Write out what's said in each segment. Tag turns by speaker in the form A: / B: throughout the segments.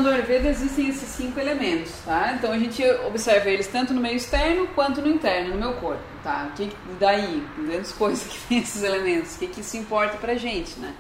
A: do Ayurveda existem esses 5 elementos, tá? Então a gente observa eles tanto no meio externo quanto no interno, no meu corpo, tá? O que daí, grandes coisas que tem esses elementos, o que isso importa pra gente, né?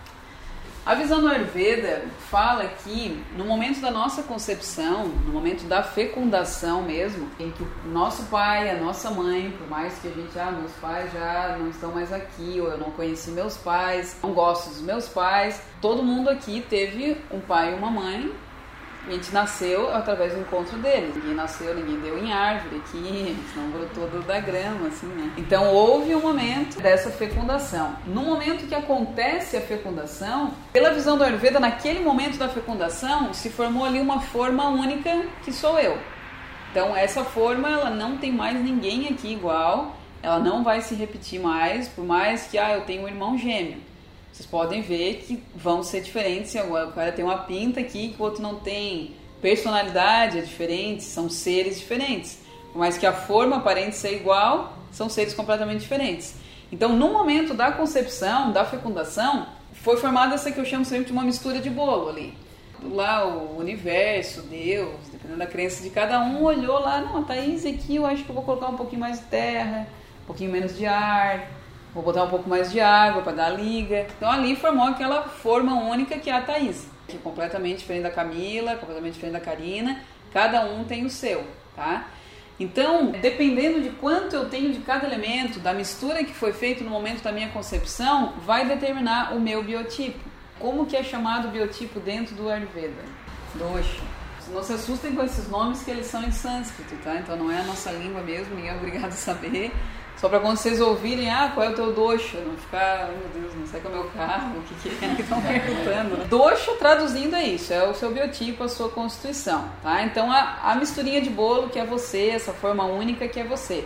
A: A visão do Ayurveda fala que no momento da nossa concepção, no momento da fecundação mesmo, em que o nosso pai, a nossa mãe, por mais que a gente, meus pais já não estão mais aqui, ou eu não conheci meus pais, não gosto dos meus pais, todo mundo aqui teve um pai e uma mãe. A gente nasceu através do encontro deles. Ninguém nasceu, ninguém deu em árvore aqui, a gente não brotou da grama, assim, né? Então houve um momento dessa fecundação. No momento que acontece a fecundação, pela visão do Ayurveda, naquele momento da fecundação, se formou ali uma forma única que sou eu. Então essa forma, ela não tem mais ninguém aqui igual, ela não vai se repetir mais, por mais que eu tenho um irmão gêmeo. Vocês podem ver que vão ser diferentes. O cara tem uma pinta aqui que o outro não tem. Personalidade é diferente, são seres diferentes. Mas que a forma aparente ser igual, são seres completamente diferentes. Então, no momento da concepção, da fecundação, foi formada essa que eu chamo sempre de uma mistura de bolo ali. Lá o universo, Deus, dependendo da crença de cada um, olhou lá, não, a Thaís aqui eu acho que eu vou colocar um pouquinho mais de terra, um pouquinho menos de ar, vou botar um pouco mais de água para dar a liga. Então ali formou aquela forma única que é a Thaís, que é completamente diferente da Camila, completamente diferente da Karina. Cada um tem o seu, tá? Então, dependendo de quanto eu tenho de cada elemento, da mistura que foi feita no momento da minha concepção, vai determinar o meu biotipo. Como que é chamado o biotipo dentro do Ayurveda? Dosha. Não se assustem com esses nomes que eles são em sânscrito, tá? Então não é a nossa língua mesmo, ninguém é obrigado a saber. Só para quando vocês ouvirem, qual é o teu dosha? Não ficar, meu Deus, não sei qual é o meu carro, o que é que estão perguntando. Né? Dosha, traduzindo, é isso, é o seu biotipo, a sua constituição, tá? Então a misturinha de bolo que é você, essa forma única que é você.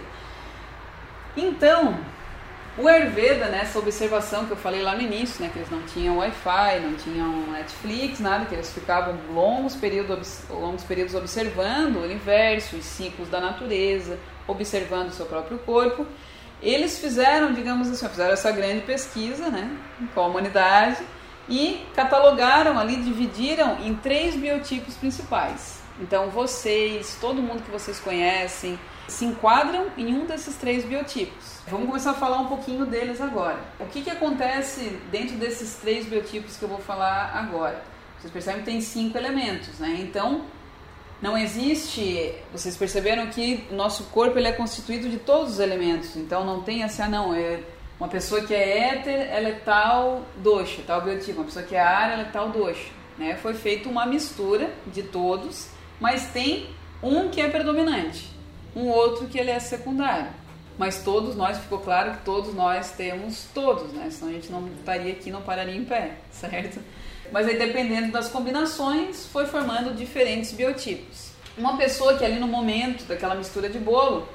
A: Então, o Ayurveda, né, essa observação que eu falei lá no início, né, que eles não tinham Wi-Fi, não tinham Netflix, nada, que eles ficavam longos períodos observando o universo, os ciclos da natureza, observando o seu próprio corpo. Eles fizeram, digamos assim, fizeram essa grande pesquisa, né, com a humanidade e catalogaram ali, dividiram em 3 biotipos principais. Então vocês, todo mundo que vocês conhecem, se enquadram em um desses 3 biotipos. Vamos começar a falar um pouquinho deles agora. O que acontece dentro desses 3 biotipos que eu vou falar agora? Vocês percebem que tem 5 elementos, né? Então, não existe... Vocês perceberam que o nosso corpo ele é constituído de todos os elementos. Então, não tem assim, uma pessoa que é éter, ela é tal dosha, tal biotipo. Uma pessoa que é ar, ela é tal dosha. Né? Foi feita uma mistura de todos, mas tem um que é predominante, um outro que ele é secundário. Mas todos nós, ficou claro que todos nós temos todos, né? Senão a gente não estaria aqui, não pararia em pé, certo? Mas aí, dependendo das combinações, foi formando diferentes biotipos. Uma pessoa que ali no momento daquela mistura de bolo,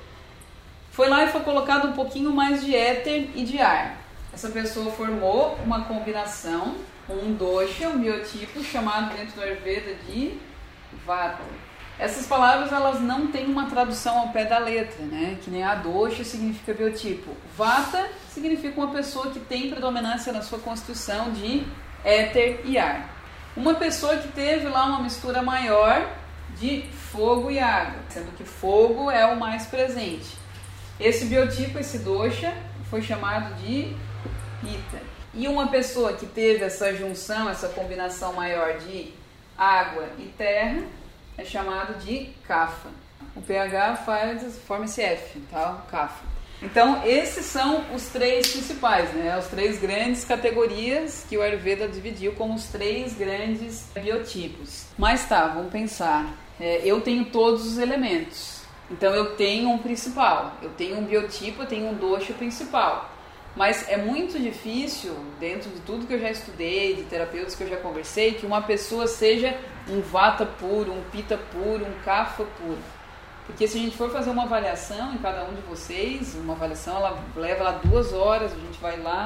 A: foi lá e foi colocado um pouquinho mais de éter e de ar. Essa pessoa formou uma combinação, um dosha, um biotipo chamado dentro do Ayurveda de Vata. Essas palavras, elas não têm uma tradução ao pé da letra, né? Que nem a dosha significa biotipo. Vata significa uma pessoa que tem predominância na sua constituição de éter e ar. Uma pessoa que teve lá uma mistura maior de fogo e água, sendo que fogo é o mais presente. Esse biotipo, esse dosha, foi chamado de Pitta. E uma pessoa que teve essa junção, essa combinação maior de água e terra, é chamado de Kapha. O pH forma esse F, tá? Kapha. Então, esses são os 3 principais, né? As 3 grandes categorias que o Ayurveda dividiu como os 3 grandes biotipos. Mas tá, vamos pensar. Eu tenho todos os elementos. Então, eu tenho um principal. Eu tenho um biotipo, eu tenho um dosha principal. Mas é muito difícil, dentro de tudo que eu já estudei, de terapeutas que eu já conversei, que uma pessoa seja um vata puro, um pitta puro, um kapha puro. Porque se a gente for fazer uma avaliação em cada um de vocês, uma avaliação ela leva lá 2 horas, a gente vai lá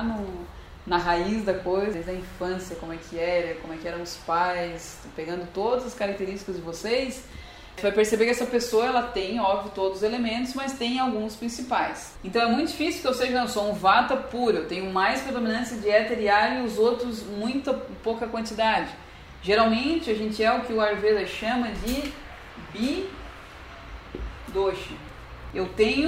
A: na raiz da coisa, desde a infância, como é que eram os pais, pegando todas as características de vocês, você vai perceber que essa pessoa ela tem, óbvio, todos os elementos, mas tem alguns principais. Então é muito difícil que eu seja, eu sou um vata puro, eu tenho mais predominância de éter e ar e os outros pouca quantidade. Geralmente a gente é o que o Ayurveda chama de bi-dosha. Eu tenho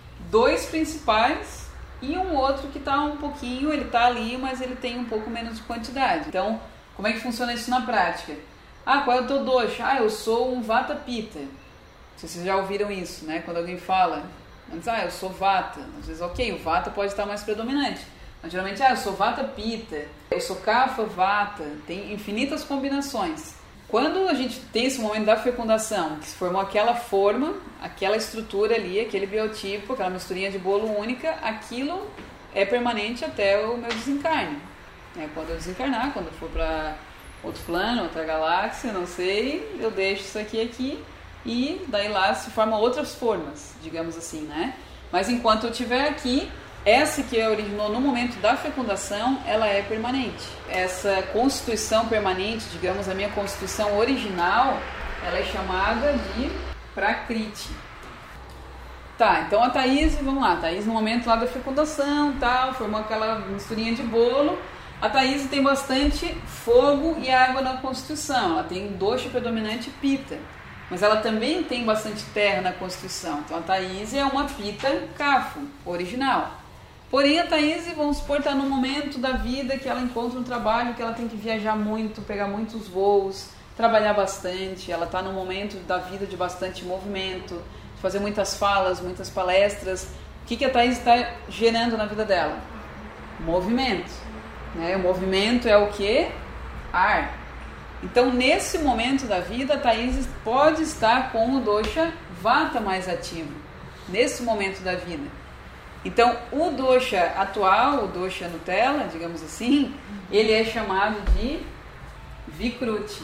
A: 2 principais e um outro que está um pouquinho, ele está ali, mas ele tem um pouco menos de quantidade. Então, como é que funciona isso na prática? Qual é o teu dosha? Eu sou um Vata Pitta. Vocês já ouviram isso, né? Quando alguém fala, eu sou Vata. Às vezes, ok, o Vata pode estar mais predominante. Mas geralmente, eu sou Vata Pitta, eu sou Kapha Vata. Tem infinitas combinações. Quando a gente tem esse momento da fecundação, que se formou aquela forma, aquela estrutura ali, aquele biotipo, aquela misturinha de bolo única, aquilo é permanente até o meu desencarne. Quando eu desencarnar, quando eu for para outro plano, outra galáxia, não sei, eu deixo isso aqui e daí lá se formam outras formas, digamos assim, né? Mas enquanto eu estiver aqui, essa que originou no momento da fecundação, ela é permanente. Essa constituição permanente, digamos, a minha constituição original, ela é chamada de Prakriti. Então a Thaís, vamos lá, Thaís no momento lá da fecundação, formou aquela misturinha de bolo. A Thaís tem bastante fogo e água na constituição, ela tem um dosha predominante Pitta, mas ela também tem bastante terra na constituição. Então a Thaís é uma Pitta Kapha, original. Porém a Thaís, vamos supor, está num momento da vida que ela encontra um trabalho que ela tem que viajar muito, pegar muitos voos, trabalhar bastante, ela está num momento da vida de bastante movimento, de fazer muitas falas, muitas palestras. O que a Thaís está gerando na vida dela? Movimento. O movimento é o que? Ar. Então, nesse momento da vida, a Thaís pode estar com o dosha Vata mais ativo, nesse momento da vida. Então, o dosha atual, o dosha Nutella, digamos assim, ele é chamado de Vikruti.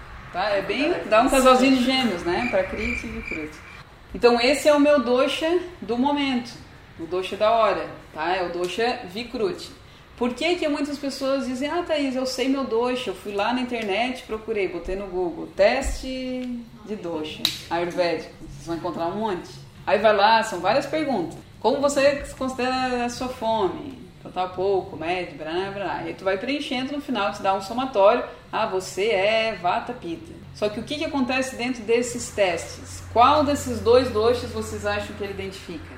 A: É bem, dá um casalzinho de gêmeos, né? Prakriti e Vikruti. Então, esse é o meu dosha do momento, o dosha da hora, É o dosha Vikruti. Por que muitas pessoas dizem, Thaís, eu sei meu dosha, eu fui lá na internet, procurei, botei no Google, teste de dosha, ayurvédico, vocês vão encontrar um monte. Aí vai lá, são várias perguntas. Como você considera a sua fome? Total pouco, médio, blá. E aí tu vai preenchendo, no final te dá um somatório, você é Vata Pitta. Só que o que acontece dentro desses testes? Qual desses 2 doshas vocês acham que ele identifica?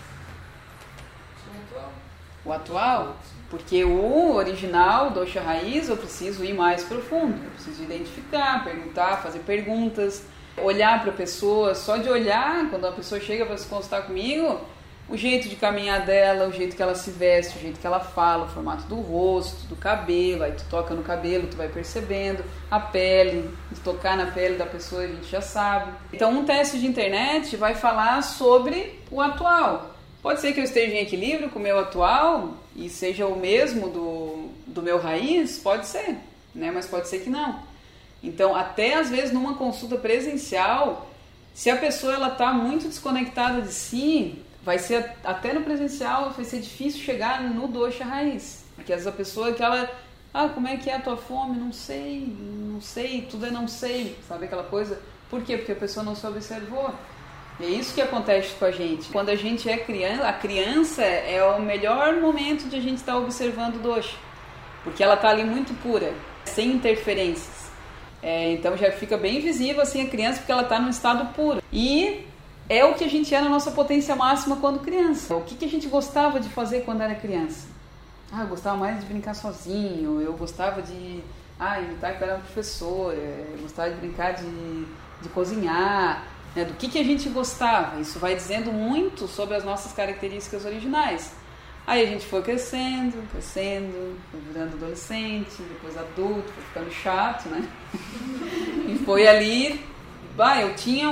A: O atual? Porque o original, o dosha raiz, eu preciso ir mais profundo. Eu preciso identificar, perguntar, fazer perguntas, olhar para a pessoa. Só de olhar, quando a pessoa chega para se consultar comigo, o jeito de caminhar dela, o jeito que ela se veste, o jeito que ela fala, o formato do rosto, do cabelo, aí tu toca no cabelo, tu vai percebendo, a pele, de tocar na pele da pessoa a gente já sabe. Então um teste de internet vai falar sobre o atual. Pode ser que eu esteja em equilíbrio com o meu atual e seja o mesmo do meu raiz, pode ser, né? Mas pode ser que não. Então até às vezes numa consulta presencial, se a pessoa ela está muito desconectada de si, vai ser, até no presencial, vai ser difícil chegar no dosha raiz. Porque às vezes a pessoa que ela, como é que é a tua fome? Não sei, tudo é não sei, sabe aquela coisa? Por quê? Porque a pessoa não se observou. E é isso que acontece com a gente. Quando a gente é criança, a criança é o melhor momento de a gente estar observando o dosha. Porque ela está ali muito pura, sem interferências. Então já fica bem visível assim a criança, porque ela está num estado puro. E é o que a gente é na nossa potência máxima quando criança. O que a gente gostava de fazer quando era criança? Eu gostava mais de brincar sozinho, eu gostava de imitar que eu era uma professora, eu gostava de brincar de cozinhar, né? Do que a gente gostava. Isso vai dizendo muito sobre as nossas características originais. Aí a gente foi crescendo, foi virando adolescente, depois adulto, foi ficando chato, né? E foi ali, eu tinha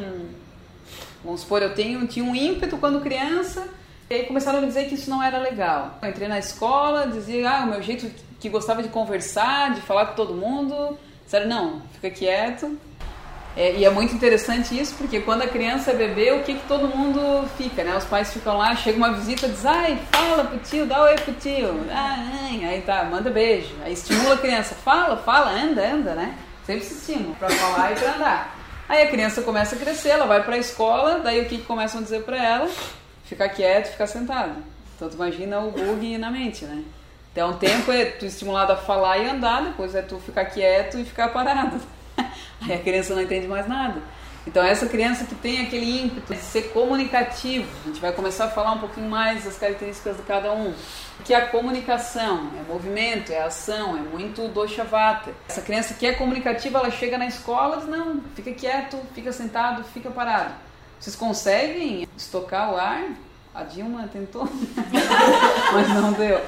A: vamos supor, eu tinha um ímpeto quando criança, e aí começaram a me dizer que isso não era legal. Eu entrei na escola, dizia, o meu jeito que gostava de conversar, de falar com todo mundo, disseram, não, fica quieto. E é muito interessante isso, porque quando a criança é bebê, o que todo mundo fica, né? Os pais ficam lá, chega uma visita, diz, fala pro tio, dá oi pro tio, aí tá, manda beijo, aí estimula a criança, fala, anda, né? Sempre se estimula pra falar e pra andar. Aí a criança começa a crescer, ela vai pra escola, daí o que começam a dizer pra ela? Ficar quieto, ficar sentado. Então tu imagina o bug na mente, né? Então, um tempo é tu estimulado a falar e andar, depois é tu ficar quieto e ficar parado. Aí a criança não entende mais nada. Então, essa criança que tem aquele ímpeto de ser comunicativo, a gente vai começar a falar um pouquinho mais das características de cada um. Que é a comunicação, é movimento, é ação, é muito dosha vata. Essa criança que é comunicativa, ela chega na escola e diz, não, fica quieto, fica sentado, fica parado. Vocês conseguem estocar o ar? A Dilma tentou, mas não deu.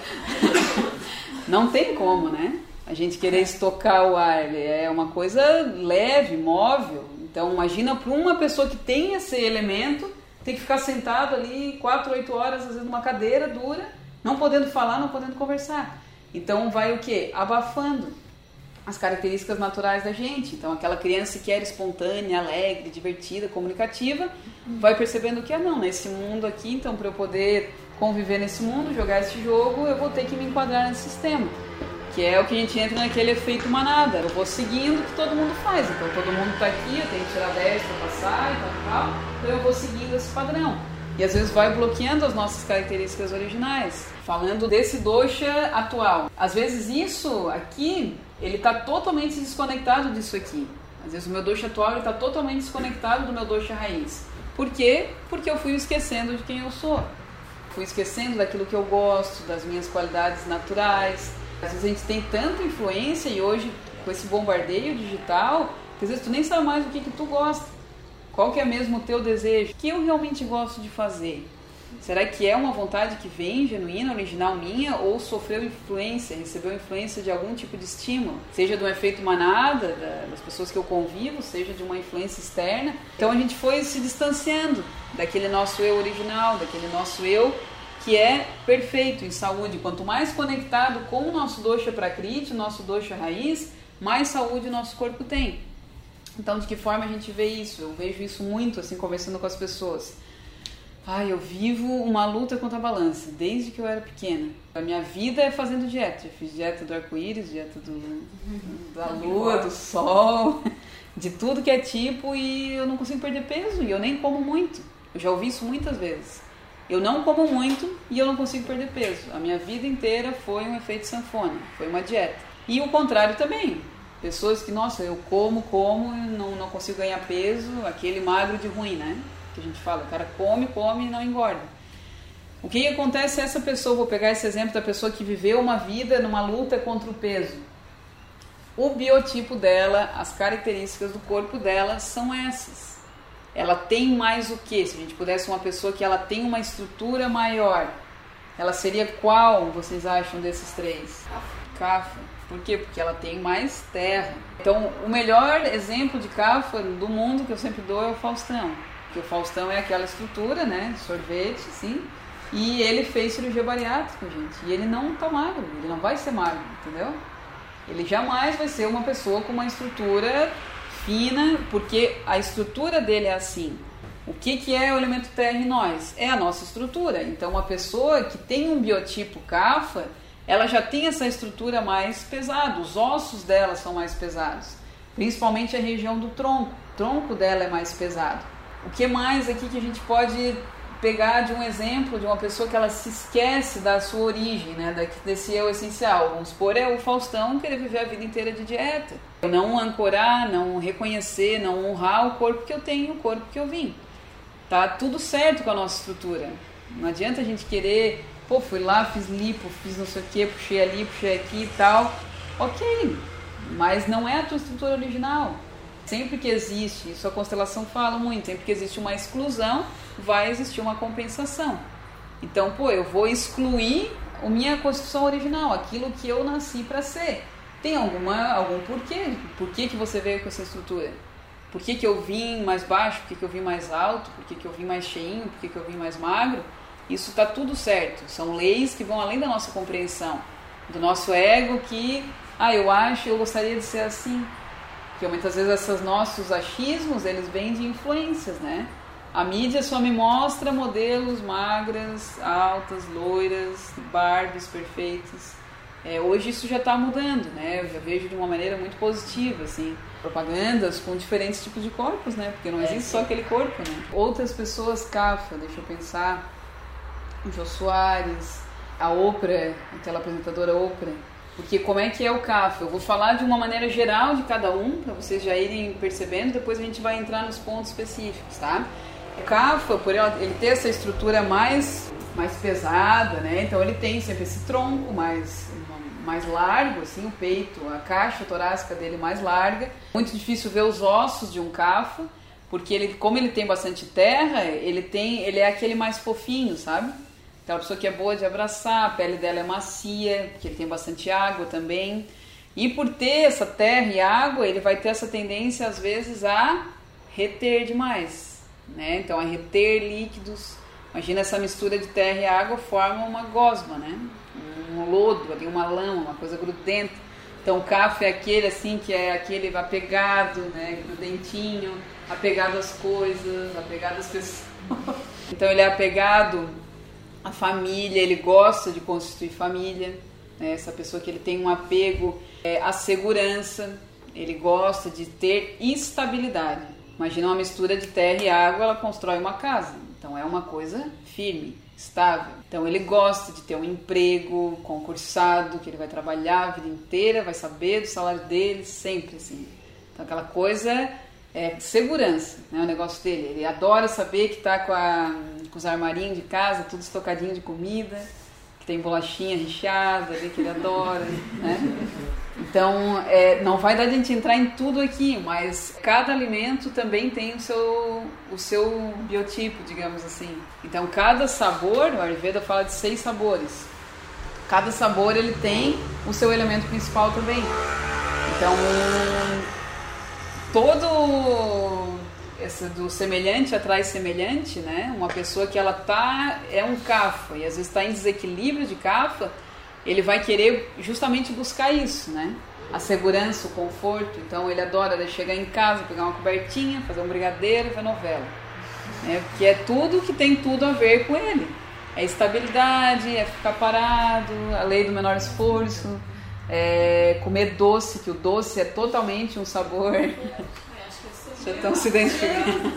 A: Não tem como, né? A gente querer estocar o ar, é uma coisa leve, móvel. Então, imagina para uma pessoa que tem esse elemento, tem que ficar sentado ali 4, 8 horas, às vezes numa cadeira dura, não podendo falar, não podendo conversar. Então, vai o quê? Abafando as características naturais da gente. Então, aquela criança que era espontânea, alegre, divertida, comunicativa, vai percebendo que, não, nesse mundo aqui, então, para eu poder conviver nesse mundo, jogar esse jogo, eu vou ter que me enquadrar nesse sistema. Que é o que a gente entra naquele efeito manada. Eu vou seguindo o que todo mundo faz. Então, todo mundo está aqui, eu tenho que tirar 10 para passar e tal. Então, eu vou seguindo esse padrão. E, às vezes, vai bloqueando as nossas características originais. Falando desse dosha atual. Às vezes, isso aqui, ele está totalmente desconectado disso aqui. Às vezes, o meu dosha atual está totalmente desconectado do meu dosha raiz. Por quê? Porque eu fui esquecendo de quem eu sou. Fui esquecendo daquilo que eu gosto, das minhas qualidades naturais. Às vezes a gente tem tanta influência e hoje com esse bombardeio digital, que às vezes tu nem sabe mais o que tu gosta. Qual que é mesmo o teu desejo? O que eu realmente gosto de fazer? Será que é uma vontade que vem genuína, original minha, ou sofreu influência, recebeu influência de algum tipo de estímulo? Seja de um efeito manada, das pessoas que eu convivo, seja de uma influência externa. Então a gente foi se distanciando daquele nosso eu original, daquele nosso eu que é perfeito em saúde. Quanto mais conectado com o nosso dosha prakriti, o nosso dosha raiz, mais saúde o nosso corpo tem. Então, de que forma a gente vê isso? Eu vejo isso muito, assim, conversando com as pessoas. Eu vivo uma luta contra a balança, desde que eu era pequena. A minha vida é fazendo dieta. Eu fiz dieta do arco-íris, dieta da lua, do sol, de tudo que é tipo, e eu não consigo perder peso, e eu nem como muito. Eu já ouvi isso muitas vezes. Eu não como muito e eu não consigo perder peso. A minha vida inteira foi um efeito sanfona, foi uma dieta. E o contrário também. Pessoas que, nossa, eu como e não consigo ganhar peso, aquele magro de ruim, né? Que a gente fala, o cara come e não engorda. O que acontece é essa pessoa, vou pegar esse exemplo da pessoa que viveu uma vida numa luta contra o peso. O biotipo dela, as características do corpo dela são essas. Ela tem mais o quê? Se a gente pudesse uma pessoa que ela tem uma estrutura maior, ela seria qual, vocês acham, desses três? Kapha. Por quê? Porque ela tem mais terra. Então, o melhor exemplo de Kapha do mundo que eu sempre dou é o Faustão. Porque o Faustão é aquela estrutura, né? Sorvete, sim. E ele fez cirurgia bariátrica, gente. E ele não tá magro, ele não vai ser magro, entendeu? Ele jamais vai ser uma pessoa com uma estrutura fina, porque a estrutura dele é assim. O que é o elemento terra em nós? É a nossa estrutura. Então, uma pessoa que tem um biotipo Kapha, ela já tem essa estrutura mais pesada, os ossos dela são mais pesados, principalmente a região do tronco. O tronco dela é mais pesado. O que mais aqui que a gente pode pegar de um exemplo de uma pessoa que ela se esquece da sua origem, né, desse eu essencial? Vamos supor, é o Faustão querer viver a vida inteira de dieta. Não ancorar, não reconhecer, não honrar o corpo que eu tenho, o corpo que eu vim. Tá tudo certo com a nossa estrutura. Não adianta a gente querer, fui lá, fiz lipo, fiz não sei o que, puxei ali, puxei aqui e tal. Ok, mas não é a tua estrutura original. Sempre que existe, isso a constelação fala muito, sempre que existe uma exclusão, vai existir uma compensação. Então, eu vou excluir a minha constituição original, aquilo que eu nasci para ser. Tem algum porquê? Por que você veio com essa estrutura? Por que eu vim mais baixo? Por que eu vim mais alto? Por que eu vim mais cheinho? Por que eu vim mais magro? Isso está tudo certo. São leis que vão além da nossa compreensão. Do nosso ego que, eu gostaria de ser assim. Porque muitas vezes esses nossos achismos, eles vêm de influências, né? A mídia só me mostra modelos magras, altas, loiras, Barbies perfeitas. Hoje isso já está mudando, né? Eu já vejo de uma maneira muito positiva, assim, propagandas com diferentes tipos de corpos, né? Porque não existe só aquele corpo, né? Outras pessoas Kapha, deixa eu pensar, Jô Soares, a Oprah, aquela apresentadora Oprah, porque como é que é o CAFA? Eu vou falar de uma maneira geral de cada um, para vocês já irem percebendo, depois a gente vai entrar nos pontos específicos, tá? O CAFA, por ele ter essa estrutura mais pesada, né? Então ele tem sempre esse tronco mais largo, assim, o peito, a caixa torácica dele mais larga. Muito difícil ver os ossos de um CAFA, porque como ele tem bastante terra, ele é aquele mais fofinho, sabe? Aquela pessoa que é boa de abraçar, a pele dela é macia, porque ele tem bastante água também. E por ter essa terra e água, ele vai ter essa tendência, às vezes, a reter demais, né? Então, a reter líquidos. Imagina essa mistura de terra e água forma uma gosma, né? Um lodo, ali, uma lama, uma coisa grudenta. Então, o CAFA é aquele, assim, que é aquele apegado, né? Grudentinho, apegado às coisas, apegado às pessoas. Então, ele é apegado à família, ele gosta de constituir família, né? Essa pessoa que ele tem um apego à segurança, ele gosta de ter estabilidade. Imagina uma mistura de terra e água, ela constrói uma casa. Então é uma coisa firme, estável. Então ele gosta de ter um emprego concursado, que ele vai trabalhar a vida inteira, vai saber do salário dele, sempre assim. Então aquela coisa é segurança, né, o negócio dele. Ele adora saber que está com os armarinhos de casa, tudo estocadinho de comida, que tem bolachinha recheada ali, que ele adora, né? Então, não vai dar de a gente entrar em tudo aqui, mas cada alimento também tem o seu biotipo, digamos assim. Então, cada sabor, o Ayurveda fala de 6 sabores. Cada sabor, ele tem o seu elemento principal também. Então, todo esse do semelhante atrai semelhante, né? Uma pessoa que ela é um Kapha e às vezes está em desequilíbrio de Kapha, ele vai querer justamente buscar isso, né? A segurança, o conforto. Então ele adora chegar em casa, pegar uma cobertinha, fazer um brigadeiro e ver novela, né? Porque é tudo que tem tudo a ver com ele. É estabilidade, é ficar parado, a lei do menor esforço, é comer doce, que o doce é totalmente um sabor. Já estão se identificando.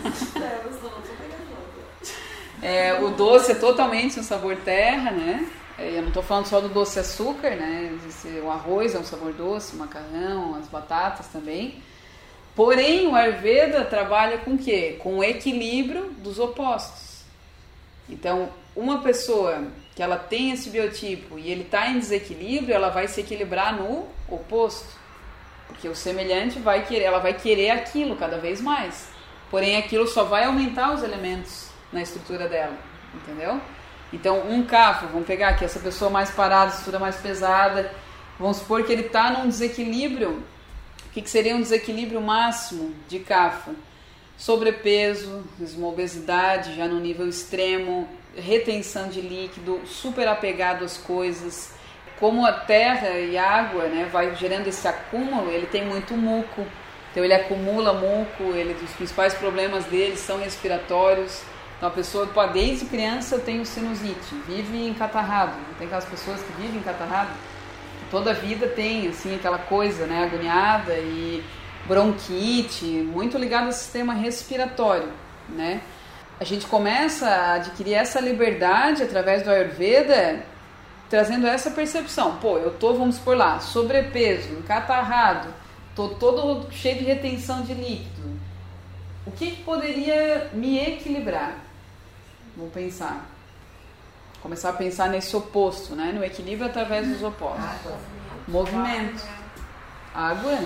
A: O doce é totalmente um sabor terra, né? Eu não estou falando só do doce açúcar, né? O arroz é um sabor doce, o macarrão, as batatas também. Porém, o Ayurveda trabalha com o quê? Com o equilíbrio dos opostos. Então, uma pessoa que ela tem esse biotipo e ele está em desequilíbrio, ela vai se equilibrar no oposto. Porque o semelhante ela vai querer aquilo cada vez mais. Porém, aquilo só vai aumentar os elementos na estrutura dela, entendeu? Então, um Kapha, vamos pegar aqui essa pessoa mais parada, estrutura mais pesada, vamos supor que ele está num desequilíbrio. O que seria um desequilíbrio máximo de Kapha? Sobrepeso, uma obesidade já no nível extremo, retenção de líquido, super apegado às coisas. Como a terra e a água, né, vai gerando esse acúmulo, ele tem muito muco. Então ele acumula muco, os principais problemas dele são respiratórios. Então a pessoa, desde criança tem sinusite, vive encatarrado. Tem aquelas pessoas que vivem encatarrado, toda a vida tem assim, aquela coisa, né, agoniada e bronquite, muito ligado ao sistema respiratório, né? A gente começa a adquirir essa liberdade através do Ayurveda, trazendo essa percepção. Eu tô, vamos supor lá, sobrepeso, encatarrado, tô todo cheio de retenção de líquido. O que poderia me equilibrar? Vamos pensar. Começar a pensar nesse oposto, né? No equilíbrio através dos opostos.
B: Água.
A: Movimento. Água?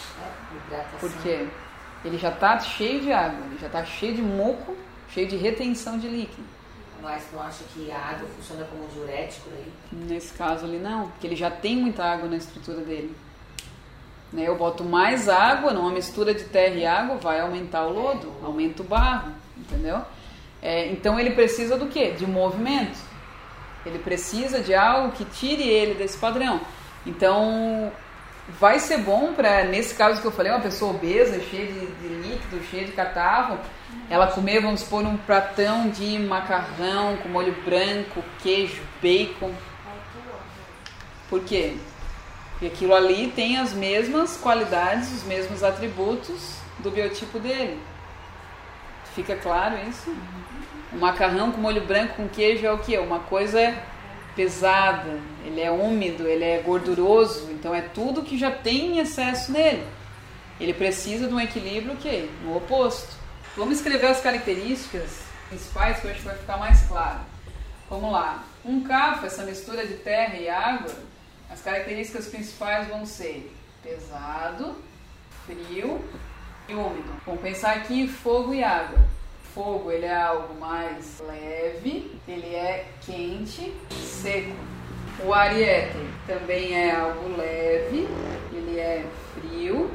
A: Por quê? Ele já está cheio de água, ele já está cheio de muco, cheio de retenção de líquido.
B: Mas não acha que a água funciona como um diurético aí?
A: Nesse caso ali não, porque ele já tem muita água na estrutura dele. Né? Eu boto mais água numa mistura de terra e água, vai aumentar o lodo, aumenta o barro, entendeu? Então ele precisa do quê? De movimento. Ele precisa de algo que tire ele desse padrão. Então vai ser bom para, nesse caso que eu falei, uma pessoa obesa, cheia de líquido, cheia de catarro, ela comer, vamos supor, um pratão de macarrão com molho branco, queijo, bacon. Por quê? Porque aquilo ali tem as mesmas qualidades, os mesmos atributos do biotipo dele. Fica claro isso? O macarrão com molho branco com queijo é o quê? Uma coisa pesada, ele é úmido, ele é gorduroso, então é tudo que já tem excesso nele. Ele precisa de um equilíbrio que no oposto. Vamos escrever as características principais que eu acho que vai ficar mais claro. Vamos lá. Um Kapha, essa mistura de terra e água, as características principais vão ser pesado, frio e úmido. Vamos pensar aqui em fogo e água. Fogo, ele é algo mais leve, ele é quente, seco. O ar e éter também é algo leve, ele é frio.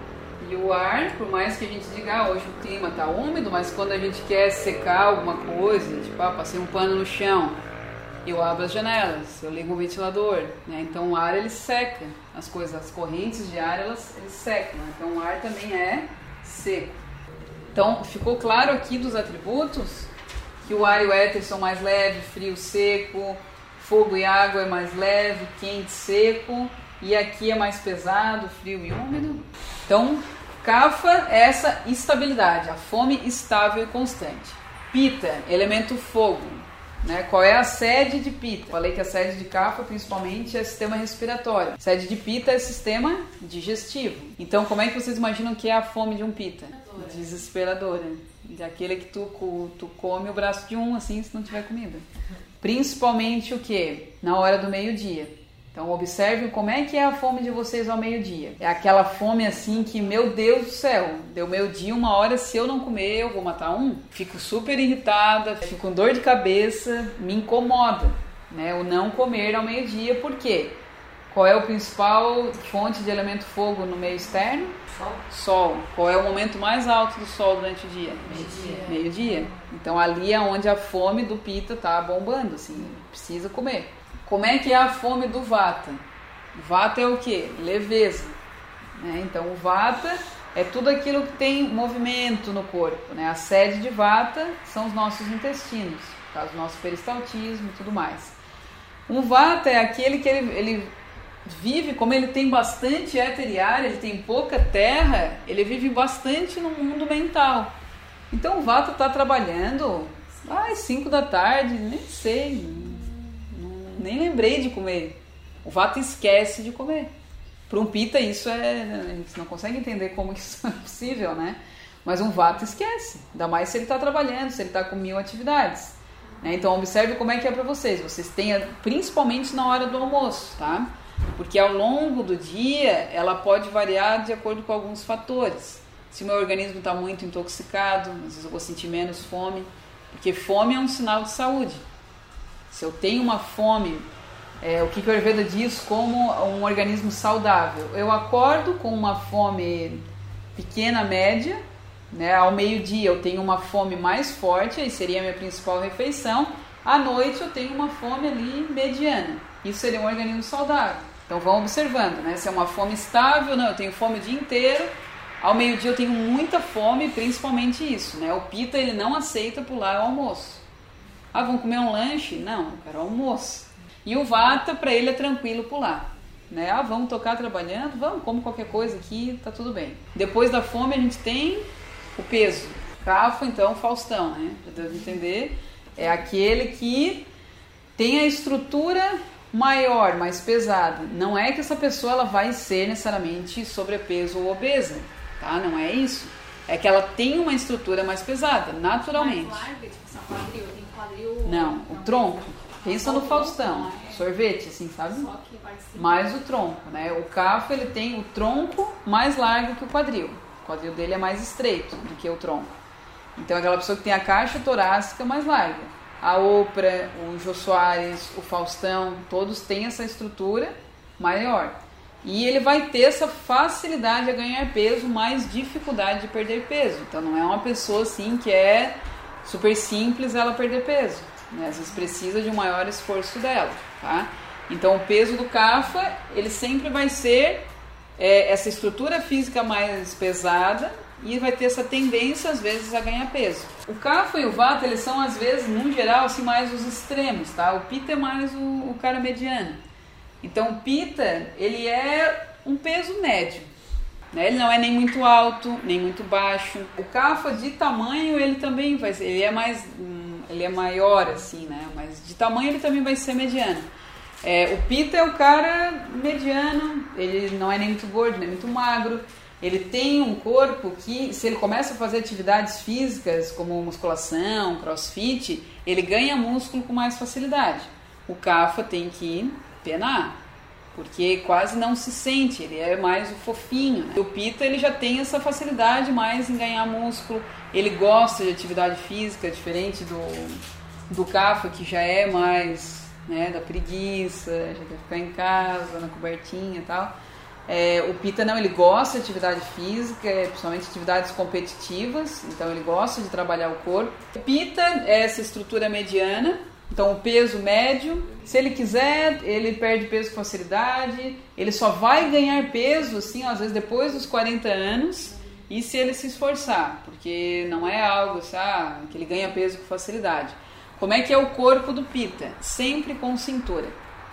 A: E o ar, por mais que a gente diga, hoje o clima está úmido, mas quando a gente quer secar alguma coisa, tipo, passei um pano no chão, eu abro as janelas, eu ligo o ventilador, né? Então o ar ele seca as coisas, as correntes de ar eles secam, né? Então o ar também é seco. Então ficou claro aqui dos atributos que o ar e o éter são mais leves, frio, seco, fogo e água é mais leve, quente, seco, e aqui é mais pesado, frio e úmido. Então Kapha é essa estabilidade, a fome estável e constante. Pitta, elemento fogo. Né? Qual é a sede de Pitta? Falei que a sede de Kapha principalmente é sistema respiratório. A sede de Pitta é sistema digestivo. Então como é que vocês imaginam que é a fome de um Pitta? Desesperadora. Daquele que tu come o braço de um assim se não tiver comida. Principalmente o que? Na hora do meio-dia. Então observem como é que é a fome de vocês ao meio-dia. É aquela fome assim que, meu Deus do céu, deu meio-dia, 1 hora, se eu não comer eu vou matar um. Fico super irritada, fico com dor de cabeça, me incomoda, né? O não comer ao meio-dia, por quê? Qual é a principal fonte de elemento fogo no meio externo? Sol. Qual é o momento mais alto do sol durante o dia? Meio-dia. Então ali é onde a fome do Pitta tá bombando, assim, precisa comer. Como é que é a fome do Vata? Vata é o quê? Leveza. Né? Então o Vata é tudo aquilo que tem movimento no corpo. Né? A sede de Vata são os nossos intestinos, por causa do nosso peristaltismo e tudo mais. Um Vata é aquele que ele vive, como ele tem bastante éter e ar, ele tem pouca terra, ele vive bastante no mundo mental. Então o Vata está trabalhando às 5 da tarde, nem sei, nem lembrei de comer. O Vata esquece de comer. Para um Pitta isso a gente não consegue entender como isso é possível, né? Mas um Vata esquece, ainda mais se ele está trabalhando, se ele está com 1000 atividades. Né? Então observe como é que é para vocês. Vocês têm, principalmente na hora do almoço, tá? Porque ao longo do dia ela pode variar de acordo com alguns fatores. Se o meu organismo está muito intoxicado, às vezes eu vou sentir menos fome, porque fome é um sinal de saúde. Se eu tenho uma fome, o que o Ayurveda diz como um organismo saudável? Eu acordo com uma fome pequena, média, né? Ao meio-dia eu tenho uma fome mais forte, aí seria a minha principal refeição. À noite eu tenho uma fome ali mediana. Isso seria um organismo saudável. Então vão observando, né? Se é uma fome estável, não, eu tenho fome o dia inteiro. Ao meio-dia eu tenho muita fome, principalmente isso, né? O Pitta ele não aceita pular o almoço. Vamos comer um lanche? Não, eu quero almoço. E o Vata, para ele é tranquilo pular. Né? Vamos tocar trabalhando? Vamos, como qualquer coisa aqui, tá tudo bem. Depois da fome a gente tem o peso. Kapha, então, Faustão, né? Para Deus entender, é aquele que tem a estrutura maior, mais pesada. Não é que essa pessoa ela vai ser necessariamente sobrepeso ou obesa, tá? Não é isso. É que ela tem uma estrutura mais pesada, naturalmente.
C: Mais larga, tipo, quadril, tem quadril...
A: Não, o tronco. Pensa no Faustão, sorvete, assim, sabe?
C: Só que vai ser...
A: Mais o tronco, né? O Kapha, ele tem o tronco mais largo que o quadril. O quadril dele é mais estreito do que o tronco. Então, é aquela pessoa que tem a caixa torácica mais larga. A Oprah, o Jô Soares, o Faustão, todos têm essa estrutura maior. E ele vai ter essa facilidade a ganhar peso, mais dificuldade de perder peso. Então não é uma pessoa assim que é super simples ela perder peso. Né? Às vezes precisa de um maior esforço dela. Tá? Então o peso do Kapha, ele sempre vai ser essa estrutura física mais pesada e vai ter essa tendência às vezes a ganhar peso. O Kapha e o Vata, eles são às vezes, no geral, assim, mais os extremos. Tá? O Pitta é mais o cara mediano. Então o Pitta, ele é um peso médio. né? Ele não é nem muito alto, nem muito baixo. O Kapha, de tamanho, ele também vai ser, ele é maior, assim, né? Mas de tamanho ele também vai ser mediano. O Pitta é o cara mediano, ele não é nem muito gordo, nem muito magro. Ele tem um corpo que, se ele começa a fazer atividades físicas, como musculação, crossfit, ele ganha músculo com mais facilidade. O Kapha tem que penar, porque quase não se sente, ele é mais o fofinho, né? O Pitta, ele já tem essa facilidade mais em ganhar músculo, ele gosta de atividade física, diferente do Kapha, que já é mais, né, da preguiça, já quer ficar em casa, na cobertinha e tal. O Pitta não, ele gosta de atividade física, principalmente atividades competitivas, então ele gosta de trabalhar o corpo. O Pitta é essa estrutura mediana, então o peso médio, se ele quiser, ele perde peso com facilidade, ele só vai ganhar peso, assim, às vezes depois dos 40 anos, e se ele se esforçar, porque não é algo assim, que ele ganha peso com facilidade. Como é que é o corpo do Pitta? Sempre com cintura.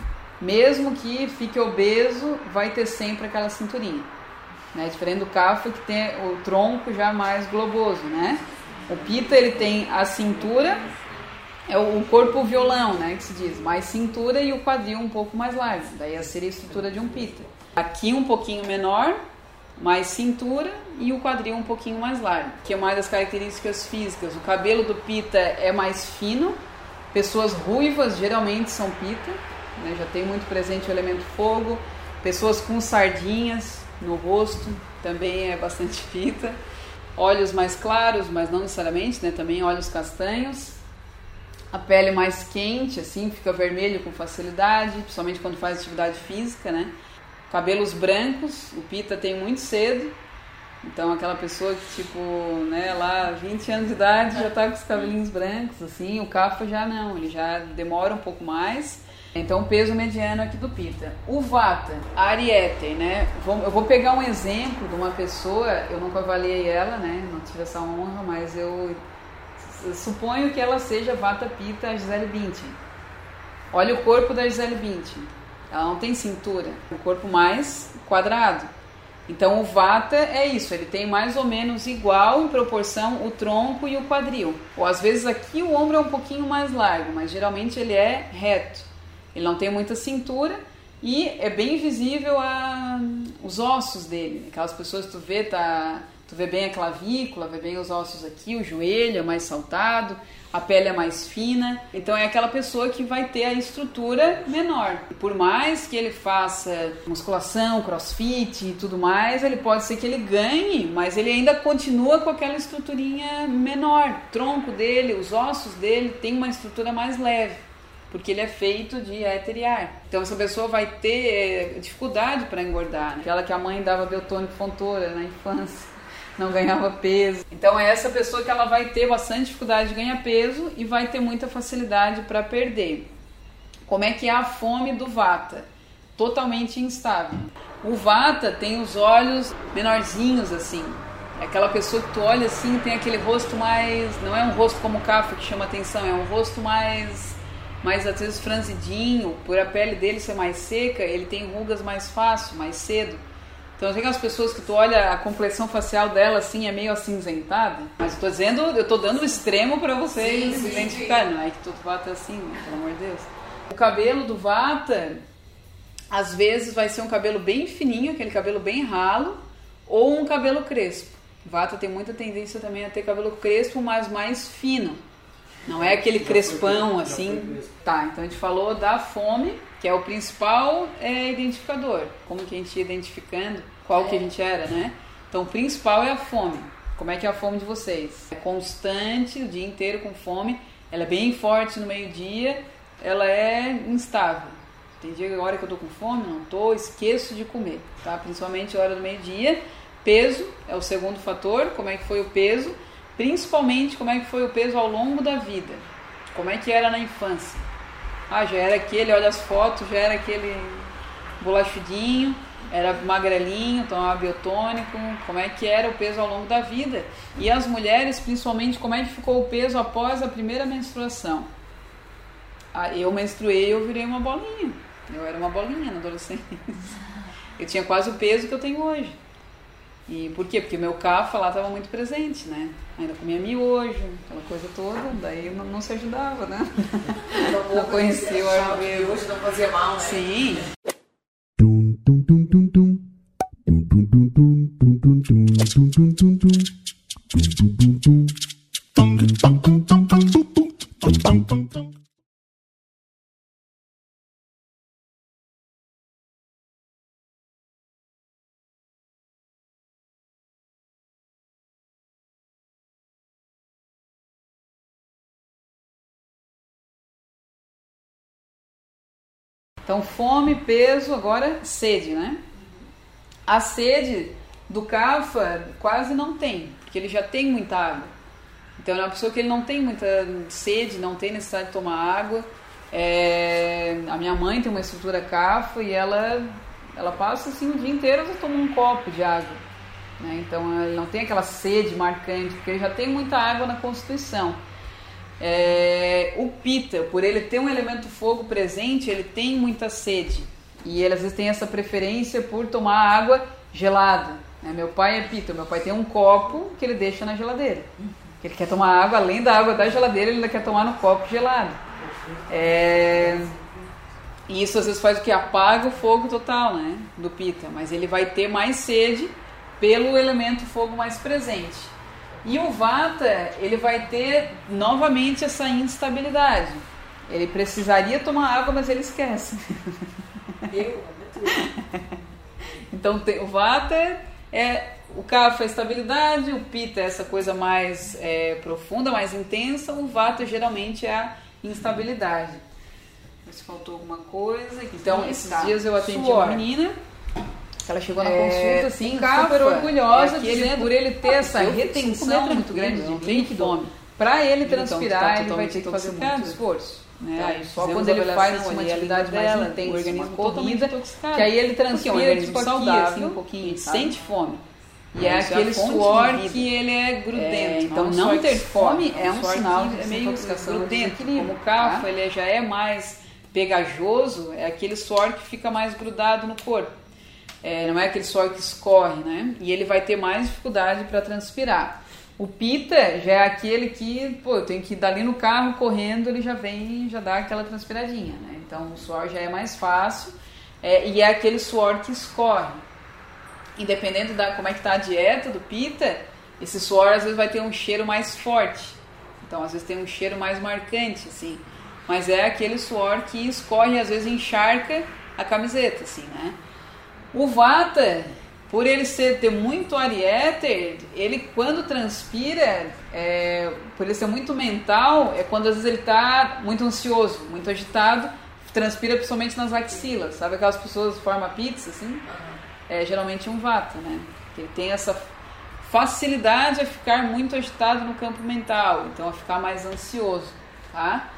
A: Mesmo que fique obeso, vai ter sempre aquela cinturinha, né? Diferente do Kapha, que tem o tronco já mais globoso, né? O Pitta, ele tem a cintura, é o corpo violão, né, que se diz, mais cintura e o quadril um pouco mais largo. Daí seria a estrutura de um Pitta. Aqui um pouquinho menor, mais cintura e o quadril um pouquinho mais largo. Que é mais das características físicas. O cabelo do Pitta é mais fino. Pessoas ruivas geralmente são Pitta, né? Já tem muito presente o elemento fogo. Pessoas com sardinhas no rosto também é bastante Pitta. Olhos mais claros, mas não necessariamente, né? Também olhos castanhos. A pele mais quente, assim, fica vermelho com facilidade, principalmente quando faz atividade física, né? Cabelos brancos, o Pitta tem muito cedo. Então aquela pessoa que, tipo, né, lá 20 anos de idade já tá com os cabelinhos brancos, assim. O Kapha já não, ele já demora um pouco mais. Então, o peso mediano aqui do Pitta. O Vata, a Ariete, né? Eu vou pegar um exemplo de uma pessoa, eu nunca avaliei ela, né? Não tive essa honra, mas eu suponho que ela seja Vata Pitta, a Gisele Bündchen. Olha o corpo da Gisele Bündchen. Ela não tem cintura, o corpo mais quadrado. Então, o Vata é isso, ele tem mais ou menos igual em proporção o tronco e o quadril. Ou às vezes aqui o ombro é um pouquinho mais largo, mas geralmente ele é reto. Ele não tem muita cintura e é bem visível os ossos dele. Aquelas pessoas que tu vê bem a clavícula, vê bem os ossos aqui, o joelho é mais saltado, a pele é mais fina. Então é aquela pessoa que vai ter a estrutura menor. E por mais que ele faça musculação, crossfit e tudo mais, ele pode ser que ele ganhe, mas ele ainda continua com aquela estruturinha menor. O tronco dele, os ossos dele tem uma estrutura mais leve, porque ele é feito de éter e ar. Então essa pessoa vai ter dificuldade para engordar, né? Aquela que a mãe dava Biotônico Fontoura na infância, não ganhava peso. Então é essa pessoa que ela vai ter bastante dificuldade de ganhar peso e vai ter muita facilidade para perder. Como é que é a fome do Vata? Totalmente instável. O Vata tem os olhos menorzinhos assim. É aquela pessoa que tu olha assim, tem aquele rosto mais... Não é um rosto como o Kapha que chama atenção, é um rosto mais às vezes franzidinho, por a pele dele ser mais seca, ele tem rugas mais fácil, mais cedo. Então tem aquelas pessoas que tu olha, a complexão facial dela assim é meio acinzentada, mas eu tô dando o extremo para vocês se identificarem, não é que todo Vata é assim, né? Pelo amor de Deus. O cabelo do Vata às vezes vai ser um cabelo bem fininho, aquele cabelo bem ralo, ou um cabelo crespo. O Vata tem muita tendência também a ter cabelo crespo, mas mais fino. Não é aquele crespão assim. Tá, então a gente falou da fome, que é o principal identificador. Como que a gente ia identificando qual que a gente era, né? Então o principal é a fome. Como é que é a fome de vocês? É constante, o dia inteiro com fome. Ela é bem forte no meio-dia, ela é instável. Tem dia que a hora que eu tô com fome, não tô, esqueço de comer, tá? Principalmente a hora do meio-dia. Peso é o segundo fator. Como é que foi o peso? Principalmente como é que foi o peso ao longo da vida. Como é que era na infância. Já era aquele, olha as fotos, já era aquele bolachudinho, era magrelinho, tomava biotônico. Como é que era o peso ao longo da vida. E as mulheres, principalmente, como é que ficou o peso após a primeira menstruação. Eu menstruei, eu virei uma bolinha. Eu era uma bolinha na adolescência. Eu tinha quase o peso que eu tenho hoje. E por quê? Porque meu Kapha lá estava muito presente, né? Ainda comia miojo, aquela coisa toda, daí não se ajudava, né? Não conhecia o Ayurveda.
B: Hoje não fazia mal, né?
A: Sim. Então, fome, peso, agora sede, né? A sede do Kapha quase não tem, porque ele já tem muita água. Então, é uma pessoa que ele não tem muita sede, não tem necessidade de tomar água. A minha mãe tem uma estrutura Kapha e ela passa assim o dia inteiro e toma um copo de água, né? Então, ele não tem aquela sede marcante, porque ele já tem muita água na constituição. O Pitta, por ele ter um elemento fogo presente, ele tem muita sede e ele às vezes tem essa preferência por tomar água gelada, né? Meu pai é Pitta, meu pai tem um copo que ele deixa na geladeira, ele quer tomar água, além da água da geladeira, ele ainda quer tomar no copo gelado. E isso às vezes faz o que? Apaga o fogo total, né? Do Pitta, mas ele vai ter mais sede pelo elemento fogo mais presente. E o Vata, ele vai ter novamente essa instabilidade. Ele precisaria tomar água, mas ele esquece. Então o Vata o Kapha é estabilidade, o Pitta é essa coisa mais profunda, mais intensa, o Vata geralmente é a instabilidade. Se faltou alguma coisa. Então, esses dias eu atendi uma menina. Ela chegou na consulta assim, super orgulhosa, dizendo por ele ter essa retenção muito grande de líquido, para ele transpirar, ele vai ter que fazer muito esforço, né? Só quando ele faz uma atividade mais intensa, o organismo corrida, que aí ele transpira tipo saudável, um pouquinho, e sente fome. E é aquele suor que ele é grudento. Então não ter fome é um sinal de meio grudento. Como o Kapha, ele já é mais pegajoso, é aquele suor que fica mais grudado no corpo. Não é aquele suor que escorre, né? E ele vai ter mais dificuldade para transpirar. O Pitta já é aquele que, eu tenho que ir dali no carro correndo, ele já vem e já dá aquela transpiradinha, né? Então o suor já é mais fácil, e é aquele suor que escorre. Independente da como é que está a dieta do Pitta, esse suor às vezes vai ter um cheiro mais forte. Então às vezes tem um cheiro mais marcante, assim. Mas é aquele suor que escorre e às vezes encharca a camiseta, assim, né? O Vata, por ele ter muito ar e éter, ele quando transpira, por ele ser muito mental, é quando às vezes ele está muito ansioso, muito agitado, transpira principalmente nas axilas, sabe aquelas pessoas que formam pizza, assim? É geralmente um Vata, né? Ele tem essa facilidade a ficar muito agitado no campo mental, então a ficar mais ansioso, tá?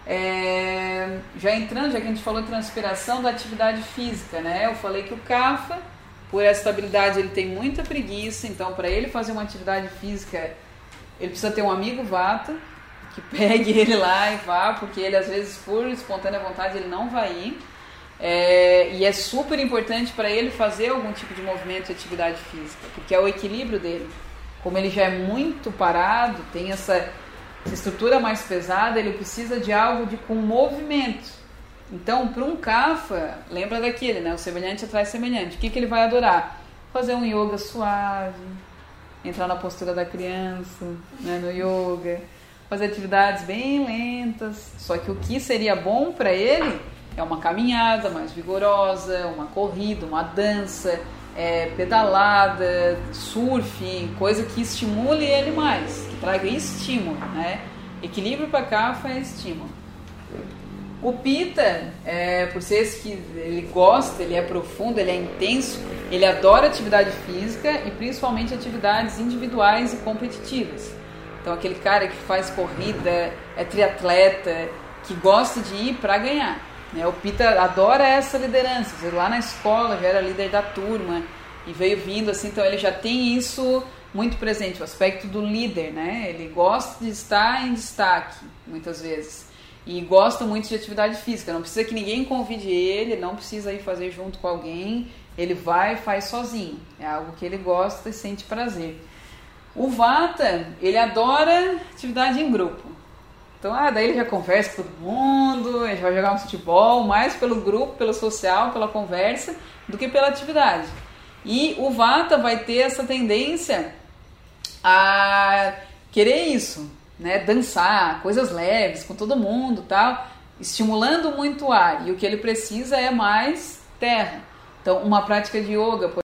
A: Já que a gente falou em transpiração da atividade física, né? Eu falei que o Kapha, por essa estabilidade, ele tem muita preguiça, então para ele fazer uma atividade física, ele precisa ter um amigo Vata, que pegue ele lá e vá, porque ele às vezes por espontânea vontade ele não vai ir, e é super importante para ele fazer algum tipo de movimento e atividade física, porque é o equilíbrio dele. Como ele já é muito parado, tem essa estrutura mais pesada, ele precisa de algo com movimento. Então, para um Kapha, lembra daquele, né? O semelhante atrai semelhante. O que ele vai adorar? Fazer um yoga suave, entrar na postura da criança, né, no yoga, fazer atividades bem lentas. Só que o que seria bom para ele é uma caminhada mais vigorosa, uma corrida, uma dança, pedalada, surf, coisa que estimule ele mais, que traga estímulo, né? Equilíbrio para Kapha é estímulo. O Pitta, por ser esse que ele gosta, ele é profundo, ele é intenso, ele adora atividade física e principalmente atividades individuais e competitivas. Então aquele cara que faz corrida, é triatleta, que gosta de ir para ganhar. O Pitta adora essa liderança. Lá na escola já era líder da turma e veio vindo assim, então ele já tem isso muito presente, o aspecto do líder, né? Ele gosta de estar em destaque muitas vezes e gosta muito de atividade física. Não precisa que ninguém convide ele, não precisa ir fazer junto com alguém. Ele vai e faz sozinho. É algo que ele gosta e sente prazer. O Vata, ele adora atividade em grupo. Então, daí ele já conversa com todo mundo, a gente vai jogar um futebol, mais pelo grupo, pelo social, pela conversa, do que pela atividade. E o Vata vai ter essa tendência a querer isso, né? Dançar, coisas leves com todo mundo, tal, estimulando muito o ar. E o que ele precisa é mais terra. Então, uma prática de yoga, por